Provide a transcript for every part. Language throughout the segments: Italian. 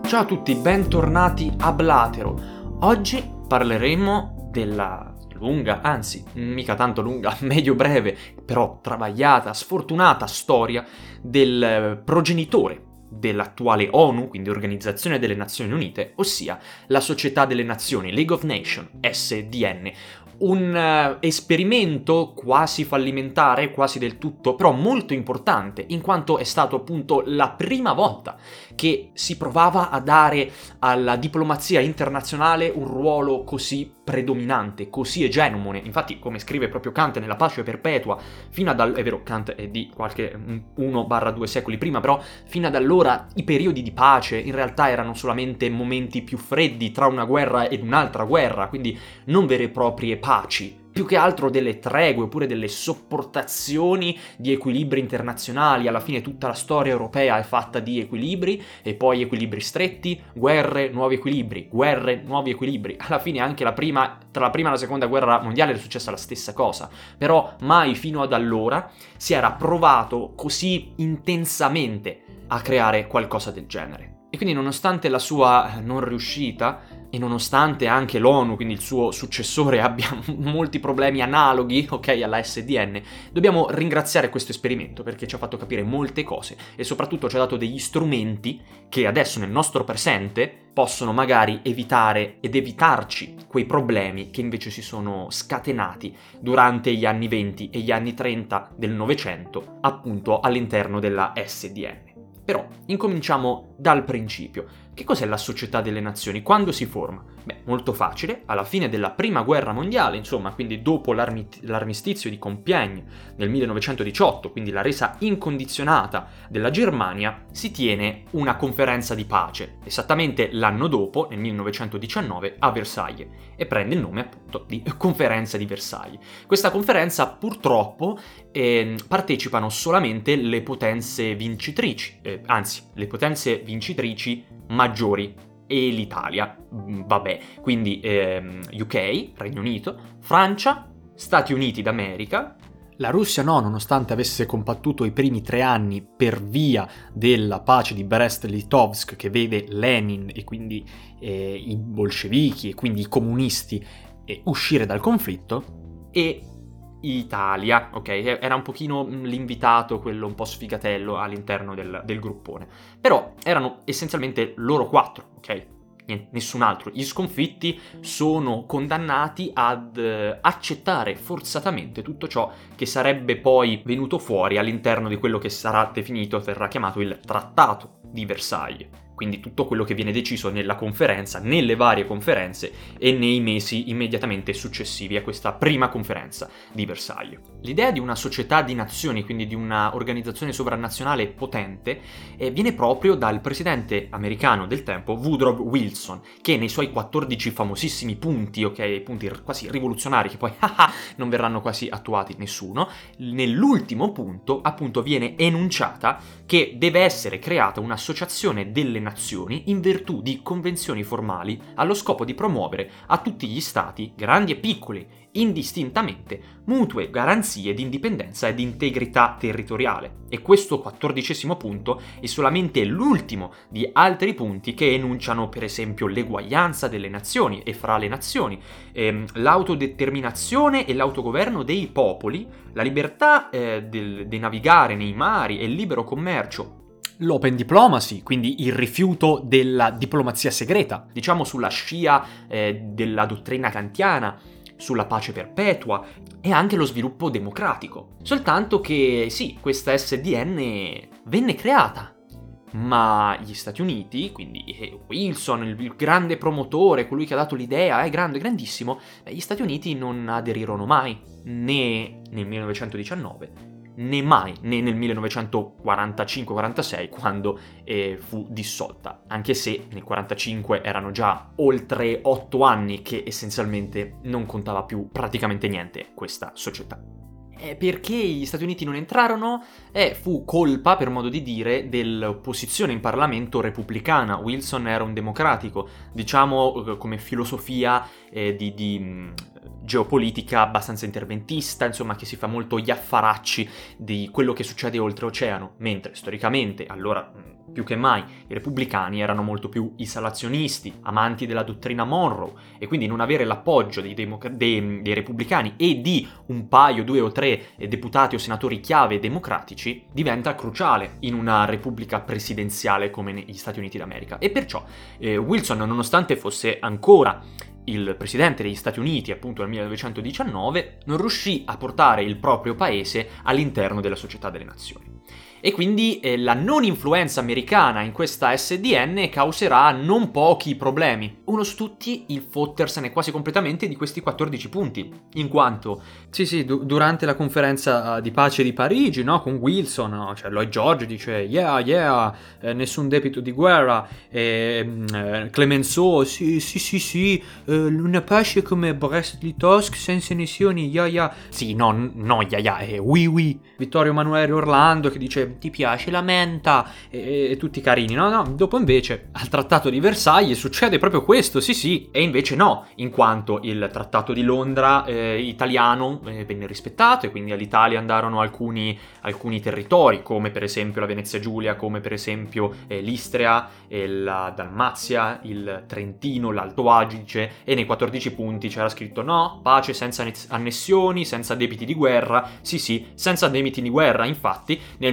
Ciao a tutti, bentornati a Blatero. Oggi parleremo della lunga, anzi, mica tanto lunga, medio-breve, però travagliata, sfortunata storia del progenitore dell'attuale ONU, quindi Organizzazione delle Nazioni Unite, ossia la Società delle Nazioni, League of Nations, SDN. Un esperimento quasi fallimentare, quasi del tutto, però molto importante, in quanto è stato appunto la prima volta che si provava a dare alla diplomazia internazionale un ruolo così predominante, così egemone. Infatti, come scrive proprio Kant nella Pace Perpetua, fino ad è vero, Kant è di qualche 1-2 secoli prima, però fino ad allora i periodi di pace in realtà erano solamente momenti più freddi tra una guerra ed un'altra guerra, quindi non vere e proprie paci, più che altro delle tregue oppure delle sopportazioni di equilibri internazionali. Alla fine tutta la storia europea è fatta di equilibri e poi equilibri stretti, guerre, nuovi equilibri, guerre, nuovi equilibri. Alla fine anche tra la prima e la seconda guerra mondiale è successa la stessa cosa, però mai fino ad allora si era provato così intensamente a creare qualcosa del genere. E quindi nonostante la sua non riuscita e nonostante anche l'ONU, quindi il suo successore, abbia molti problemi analoghi, ok, alla SDN, dobbiamo ringraziare questo esperimento perché ci ha fatto capire molte cose e soprattutto ci ha dato degli strumenti che adesso nel nostro presente possono magari evitare ed evitarci quei problemi che invece si sono scatenati durante gli anni 20 e gli anni 30 del Novecento, appunto all'interno della SDN. Però incominciamo dal principio. Che cos'è la Società delle Nazioni? Quando si forma? Beh, molto facile, alla fine della Prima Guerra Mondiale, insomma, quindi dopo l'armistizio di Compiègne nel 1918, quindi la resa incondizionata della Germania, si tiene una conferenza di pace, esattamente l'anno dopo, nel 1919, a Versailles, e prende il nome appunto di Conferenza di Versailles. Questa conferenza purtroppo partecipano solamente le potenze vincitrici, anzi, le potenze vincitrici maggiori e l'Italia, vabbè, quindi UK, Regno Unito, Francia, Stati Uniti d'America. La Russia no, nonostante avesse combattuto i primi 3 anni per via della pace di Brest-Litovsk che vede Lenin e quindi i bolscevichi e quindi i comunisti uscire dal conflitto, e Italia, ok? Era un pochino l'invitato, quello un po' sfigatello all'interno del gruppone. Però erano essenzialmente loro 4, ok? Nessun altro. Gli sconfitti sono condannati ad accettare forzatamente tutto ciò che sarebbe poi venuto fuori all'interno di quello che sarà definito, verrà chiamato il Trattato di Versailles. Quindi tutto quello che viene deciso nella conferenza, nelle varie conferenze e nei mesi immediatamente successivi a questa prima conferenza di Versailles. L'idea di una società di nazioni, quindi di una organizzazione sovranazionale potente, viene proprio dal presidente americano del tempo, Woodrow Wilson, che nei suoi 14 famosissimi punti, ok, punti quasi rivoluzionari che poi non verranno quasi attuati nessuno, nell'ultimo punto appunto viene enunciata che deve essere creata un'associazione delle nazioni in virtù di convenzioni formali allo scopo di promuovere a tutti gli stati, grandi e piccoli, indistintamente, mutue garanzie di indipendenza e di integrità territoriale. E questo 14° punto è solamente l'ultimo di altri punti che enunciano per esempio l'eguaglianza delle nazioni e fra le nazioni, l'autodeterminazione e l'autogoverno dei popoli, la libertà di navigare nei mari e il libero commercio, l'open diplomacy, quindi il rifiuto della diplomazia segreta, diciamo sulla scia della dottrina kantiana, sulla pace perpetua e anche lo sviluppo democratico. Soltanto che sì, questa SDN venne creata, ma gli Stati Uniti, quindi Wilson, il grande promotore, colui che ha dato l'idea, è grandissimo, gli Stati Uniti non aderirono mai, né nel 1919, né mai, né nel 1945-46 quando fu dissolta, anche se nel 1945 erano già oltre 8 anni che essenzialmente non contava più praticamente niente questa società. Perché gli Stati Uniti non entrarono? Fu colpa, per modo di dire, dell'opposizione in Parlamento repubblicana. Wilson era un democratico, diciamo come filosofia di geopolitica abbastanza interventista, insomma che si fa molto gli affaracci di quello che succede oltreoceano, mentre storicamente, allora più che mai, i repubblicani erano molto più isolazionisti, amanti della dottrina Monroe, e quindi non avere l'appoggio dei repubblicani e di un paio, 2 o 3 deputati o senatori chiave democratici diventa cruciale in una repubblica presidenziale come negli Stati Uniti d'America. E perciò Wilson, nonostante fosse ancora il presidente degli Stati Uniti, appunto nel 1919, non riuscì a portare il proprio paese all'interno della Società delle Nazioni. E quindi la non influenza americana in questa SDN causerà non pochi problemi. Uno su tutti, il fottersene quasi completamente di questi 14 punti, in quanto, durante la conferenza di pace di Parigi, no, con Wilson, no, cioè Lloyd George dice nessun debito di guerra, Clemenceau, sì, una pace come Brest-Litovsk senza annessioni, oui. Vittorio Emanuele Orlando che dice ti piace la menta, e tutti carini, no, dopo invece al trattato di Versailles succede proprio questo, sì, e invece no, in quanto il trattato di Londra italiano venne rispettato e quindi all'Italia andarono alcuni territori, come per esempio la Venezia Giulia, come per esempio l'Istria, la Dalmazia, il Trentino, l'Alto Adige, e nei 14 punti c'era scritto no, pace senza annessioni, senza debiti di guerra, sì, senza debiti di guerra. Infatti nel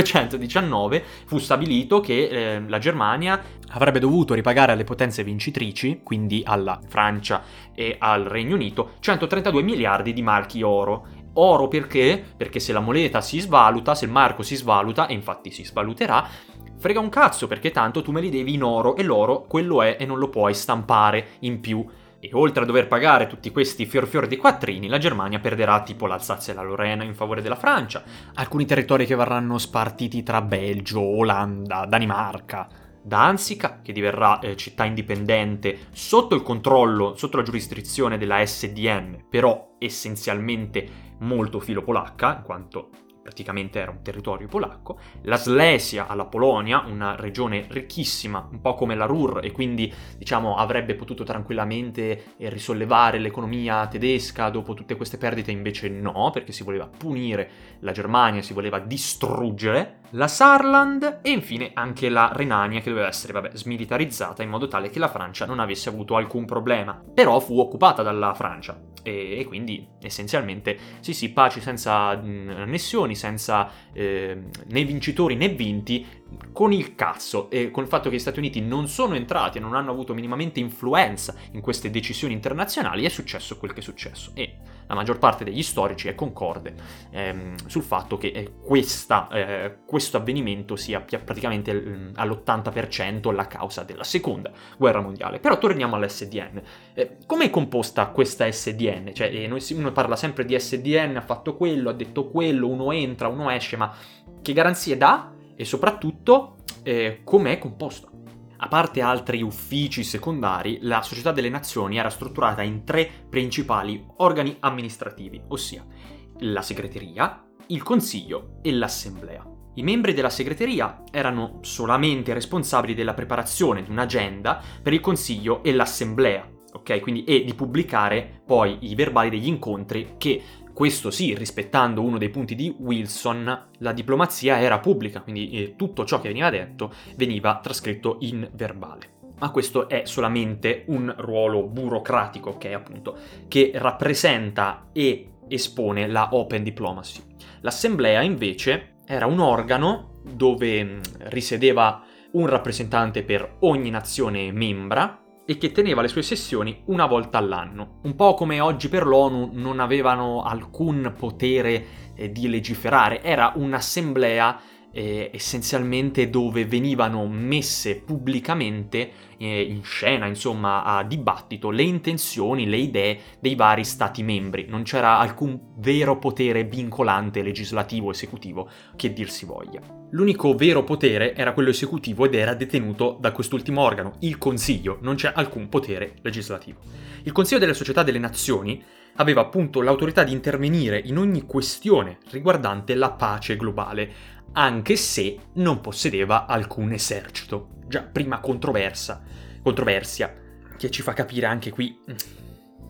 1919 fu stabilito che la Germania avrebbe dovuto ripagare alle potenze vincitrici, quindi alla Francia e al Regno Unito, 132 miliardi di marchi oro. Oro perché? Perché se la moneta si svaluta, se il marco si svaluta, e infatti si svaluterà, frega un cazzo, perché tanto tu me li devi in oro, e l'oro quello è e non lo puoi stampare in più. E oltre a dover pagare tutti questi fior di quattrini, la Germania perderà tipo l'Alsazia e la Lorena in favore della Francia, alcuni territori che verranno spartiti tra Belgio, Olanda, Danimarca, Danzica, che diverrà città indipendente sotto il controllo, sotto la giurisdizione della SDN, però essenzialmente molto filo-polacca, in quanto praticamente era un territorio polacco, la Slesia alla Polonia, una regione ricchissima, un po' come la Ruhr, e quindi diciamo avrebbe potuto tranquillamente risollevare l'economia tedesca dopo tutte queste perdite, invece no, perché si voleva punire la Germania, si voleva distruggere, la Saarland e infine anche la Renania, che doveva essere smilitarizzata in modo tale che la Francia non avesse avuto alcun problema, però fu occupata dalla Francia e quindi essenzialmente sì, pace senza annessioni, senza né vincitori né vinti, con il cazzo, e con il fatto che gli Stati Uniti non sono entrati e non hanno avuto minimamente influenza in queste decisioni internazionali, è successo quel che è successo, e la maggior parte degli storici è concorde sul fatto che questo avvenimento sia praticamente all'80% la causa della seconda guerra mondiale. Però torniamo all'SDN. Come è composta questa SDN? Cioè, uno parla sempre di SDN, ha fatto quello, ha detto quello, uno entra, uno esce, ma che garanzie dà? E soprattutto com'è composta? A parte altri uffici secondari, la Società delle Nazioni era strutturata in 3 principali organi amministrativi, ossia la segreteria, il consiglio e l'assemblea. I membri della segreteria erano solamente responsabili della preparazione di un'agenda per il consiglio e l'assemblea, ok? Quindi, e di pubblicare poi i verbali degli incontri, che questo sì, rispettando uno dei punti di Wilson, la diplomazia era pubblica, quindi tutto ciò che veniva detto veniva trascritto in verbale. Ma questo è solamente un ruolo burocratico, ok, appunto, che rappresenta e espone la open diplomacy. L'assemblea, invece, era un organo dove risiedeva un rappresentante per ogni nazione membra e che teneva le sue sessioni una volta all'anno. Un po' come oggi per l'ONU non avevano alcun potere di legiferare, era un'assemblea essenzialmente dove venivano messe pubblicamente in scena, insomma, a dibattito le intenzioni, le idee dei vari stati membri. Non c'era alcun vero potere vincolante legislativo esecutivo, che dir si voglia. L'unico vero potere era quello esecutivo ed era detenuto da quest'ultimo organo, il Consiglio. Non c'è alcun potere legislativo. Il Consiglio delle Società delle Nazioni aveva appunto l'autorità di intervenire in ogni questione riguardante la pace globale, anche se non possedeva alcun esercito. Già, prima controversia, che ci fa capire anche qui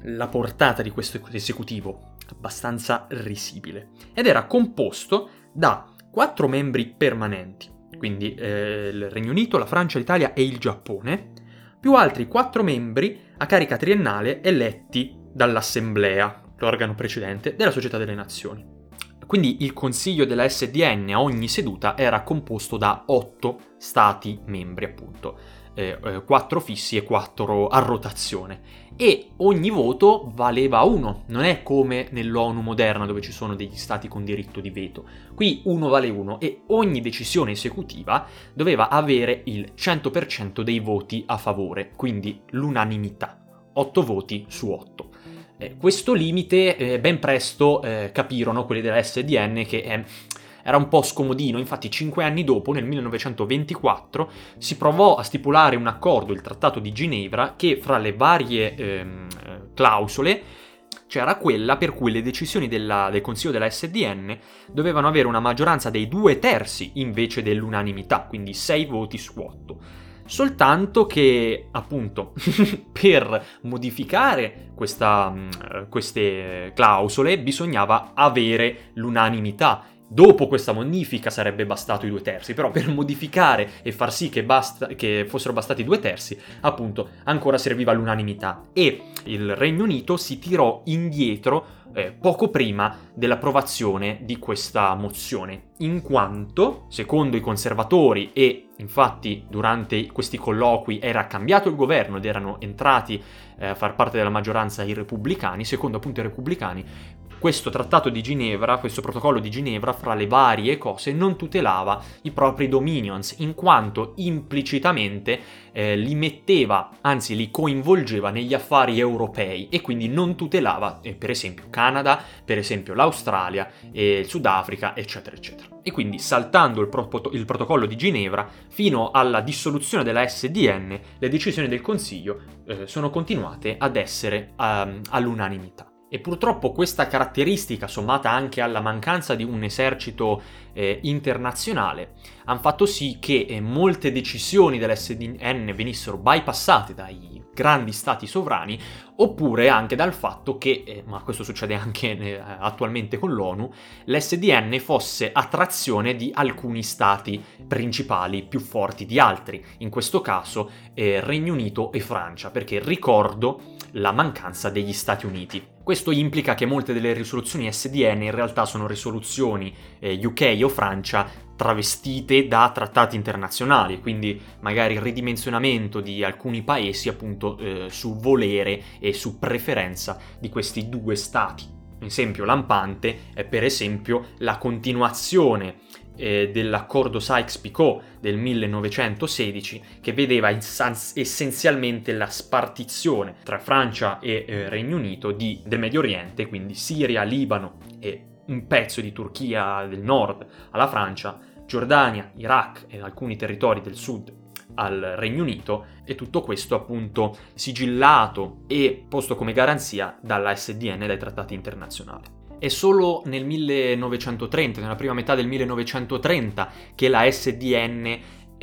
la portata di questo esecutivo, abbastanza risibile, ed era composto da 4 membri permanenti, quindi il Regno Unito, la Francia, l'Italia e il Giappone, più altri 4 membri a carica triennale eletti dall'Assemblea, l'organo precedente, della Società delle Nazioni. Quindi il Consiglio della SDN a ogni seduta era composto da 8 stati membri, appunto, 4 fissi e 4 a rotazione. E ogni voto valeva 1, non è come nell'ONU moderna dove ci sono degli stati con diritto di veto. Qui 1 vale 1 e ogni decisione esecutiva doveva avere il 100% dei voti a favore, quindi l'unanimità, 8 voti su 8. Questo limite ben presto capirono quelli della SDN che era un po' scomodino. Infatti 5 anni dopo, nel 1924, si provò a stipulare un accordo, il Trattato di Ginevra, che fra le varie clausole c'era quella per cui le decisioni del Consiglio della SDN dovevano avere una maggioranza dei 2/3 invece dell'unanimità, quindi 6 voti su 8. Soltanto che, appunto, per modificare queste clausole bisognava avere l'unanimità. Dopo questa modifica sarebbe bastato i 2/3, però per modificare e far sì che fossero bastati i 2/3, appunto, ancora serviva l'unanimità. E il Regno Unito si tirò indietro poco prima dell'approvazione di questa mozione, in quanto, secondo i conservatori, e infatti durante questi colloqui era cambiato il governo ed erano entrati a far parte della maggioranza i repubblicani, secondo appunto i repubblicani, questo trattato di Ginevra, questo protocollo di Ginevra, fra le varie cose, non tutelava i propri dominions, in quanto implicitamente li metteva, anzi li coinvolgeva negli affari europei e quindi non tutelava, per esempio, Canada, per esempio l'Australia, il Sudafrica, eccetera, eccetera. E quindi, saltando il protocollo di Ginevra, fino alla dissoluzione della SDN, le decisioni del Consiglio sono continuate ad essere all'unanimità. E purtroppo questa caratteristica, sommata anche alla mancanza di un esercito internazionale, hanno fatto sì che molte decisioni dell'SDN venissero bypassate dai grandi stati sovrani, oppure anche dal fatto che, ma questo succede anche attualmente con l'ONU, l'SDN fosse attrazione di alcuni stati principali più forti di altri, in questo caso Regno Unito e Francia, perché ricordo la mancanza degli Stati Uniti. Questo implica che molte delle risoluzioni SDN in realtà sono risoluzioni UK o Francia travestite da trattati internazionali, quindi magari il ridimensionamento di alcuni paesi appunto su volere e su preferenza di questi due stati. Un esempio lampante è per esempio la continuazione dell'accordo Sykes-Picot del 1916, che vedeva essenzialmente la spartizione tra Francia e Regno Unito del Medio Oriente, quindi Siria, Libano e un pezzo di Turchia del nord alla Francia, Giordania, Iraq e alcuni territori del sud al Regno Unito, e tutto questo appunto sigillato e posto come garanzia dalla SDN e dai trattati internazionali. È solo nel 1930, nella prima metà del 1930, che la SDN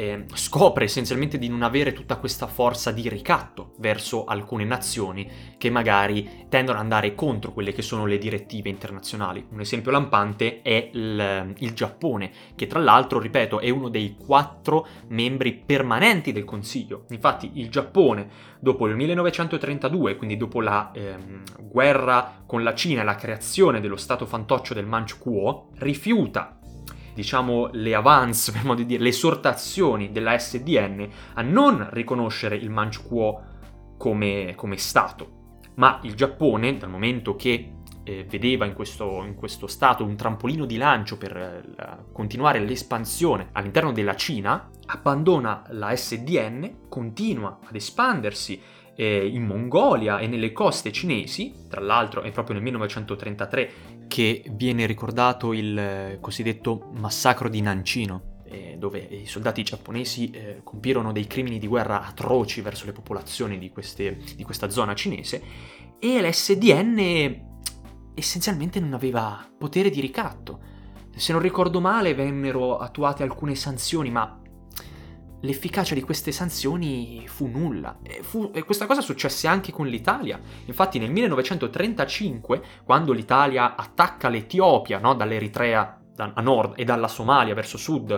scopre essenzialmente di non avere tutta questa forza di ricatto verso alcune nazioni che magari tendono ad andare contro quelle che sono le direttive internazionali. Un esempio lampante è il Giappone, che tra l'altro, ripeto, è uno dei 4 membri permanenti del Consiglio. Infatti il Giappone, dopo il 1932, quindi dopo la guerra con la Cina e la creazione dello stato fantoccio del Manchukuo, rifiuta, diciamo, le avance, per modo di dire, le esortazioni della SDN a non riconoscere il Manchukuo come stato. Ma il Giappone, dal momento che vedeva in questo stato un trampolino di lancio per continuare l'espansione all'interno della Cina, abbandona la SDN, continua ad espandersi in Mongolia e nelle coste cinesi. Tra l'altro è proprio nel 1933 che viene ricordato il cosiddetto massacro di Nanchino, dove i soldati giapponesi compirono dei crimini di guerra atroci verso le popolazioni di questa zona cinese, e l'SDN essenzialmente non aveva potere di ricatto. Se non ricordo male vennero attuate alcune sanzioni, ma l'efficacia di queste sanzioni fu nulla. E questa cosa successe anche con l'Italia. Infatti nel 1935, quando l'Italia attacca l'Etiopia, no, dall'Eritrea a nord e dalla Somalia verso sud,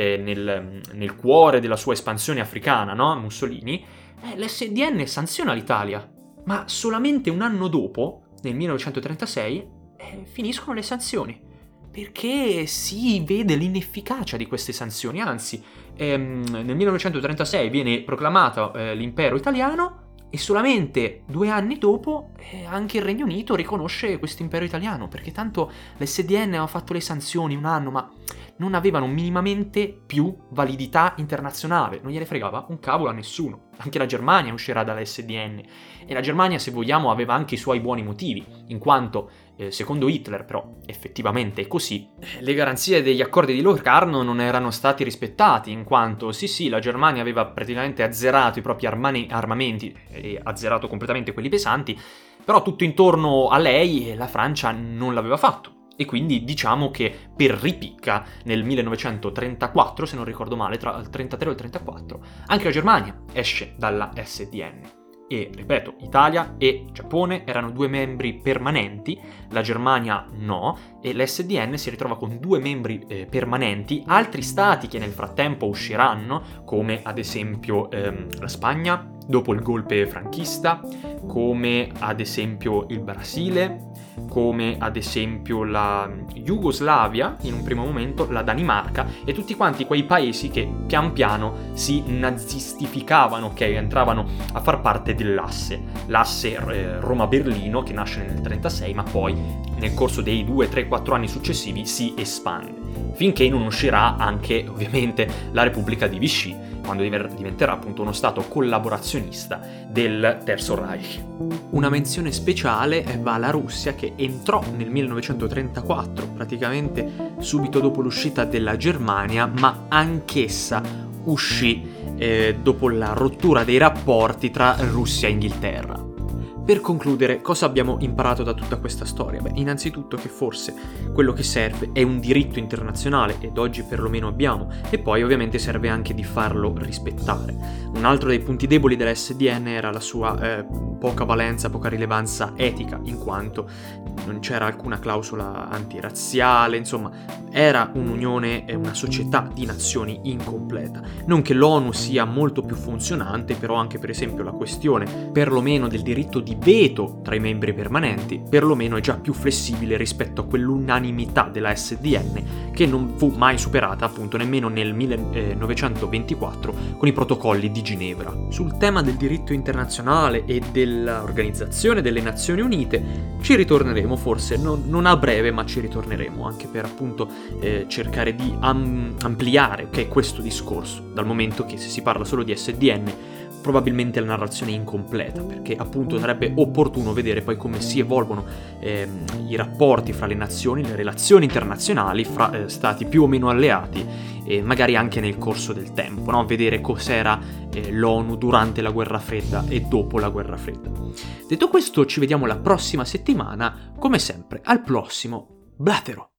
nel cuore della sua espansione africana, no, Mussolini, l'SDN sanziona l'Italia. Ma solamente un anno dopo, nel 1936, finiscono le sanzioni. Perché si vede l'inefficacia di queste sanzioni. Anzi, nel 1936 viene proclamato l'impero italiano e solamente 2 anni dopo anche il Regno Unito riconosce questo impero italiano, perché tanto l'SDN aveva fatto le sanzioni un anno, ma non avevano minimamente più validità internazionale, non gliene fregava un cavolo a nessuno. Anche la Germania uscirà dall'SDN, e la Germania, se vogliamo, aveva anche i suoi buoni motivi, in quanto, secondo Hitler, però effettivamente è così, le garanzie degli accordi di Locarno non erano stati rispettati, in quanto sì, la Germania aveva praticamente azzerato i propri armamenti e azzerato completamente quelli pesanti, però tutto intorno a lei la Francia non l'aveva fatto. E quindi diciamo che per ripicca nel 1934, se non ricordo male, tra il 33 e il 34, anche la Germania esce dalla SDN. E, ripeto, Italia e Giappone erano 2 membri permanenti, la Germania no, e l'SDN si ritrova con 2 membri permanenti, altri stati che nel frattempo usciranno, come ad esempio la Spagna, dopo il golpe franchista, come ad esempio il Brasile, come ad esempio la Jugoslavia, in un primo momento, la Danimarca e tutti quanti quei paesi che pian piano si nazistificavano, che entravano a far parte dell'asse Roma-Berlino, che nasce nel 1936, ma poi nel corso dei 2, 3, 4 anni successivi si espande, finché non uscirà anche ovviamente la Repubblica di Vichy, quando diventerà appunto uno stato collaborazionista del Terzo Reich. Una menzione speciale va alla Russia, che entrò nel 1934, praticamente subito dopo l'uscita della Germania, ma anch'essa uscì dopo la rottura dei rapporti tra Russia e Inghilterra. Per concludere, cosa abbiamo imparato da tutta questa storia? Beh, innanzitutto che forse quello che serve è un diritto internazionale, ed oggi perlomeno abbiamo, e poi ovviamente serve anche di farlo rispettare. Un altro dei punti deboli dell'SDN era la sua poca valenza, poca rilevanza etica, in quanto non c'era alcuna clausola antirazziale, insomma, era un'unione e una società di nazioni incompleta. Non che l'ONU sia molto più funzionante, però anche per esempio la questione perlomeno del diritto di veto tra i membri permanenti perlomeno è già più flessibile rispetto a quell'unanimità della SDN, che non fu mai superata appunto nemmeno nel 1924 con i protocolli di Ginevra. Sul tema del diritto internazionale e dell'Organizzazione delle Nazioni Unite ci ritorneremo, forse non a breve, ma ci ritorneremo anche per appunto cercare di ampliare questo discorso, dal momento che se si parla solo di SDN probabilmente la narrazione è incompleta, perché appunto sarebbe opportuno vedere poi come si evolvono i rapporti fra le nazioni, le relazioni internazionali fra stati più o meno alleati, e magari anche nel corso del tempo, no? Vedere cos'era l'ONU durante la Guerra Fredda e dopo la Guerra Fredda. Detto questo, ci vediamo la prossima settimana, come sempre al prossimo Blatero.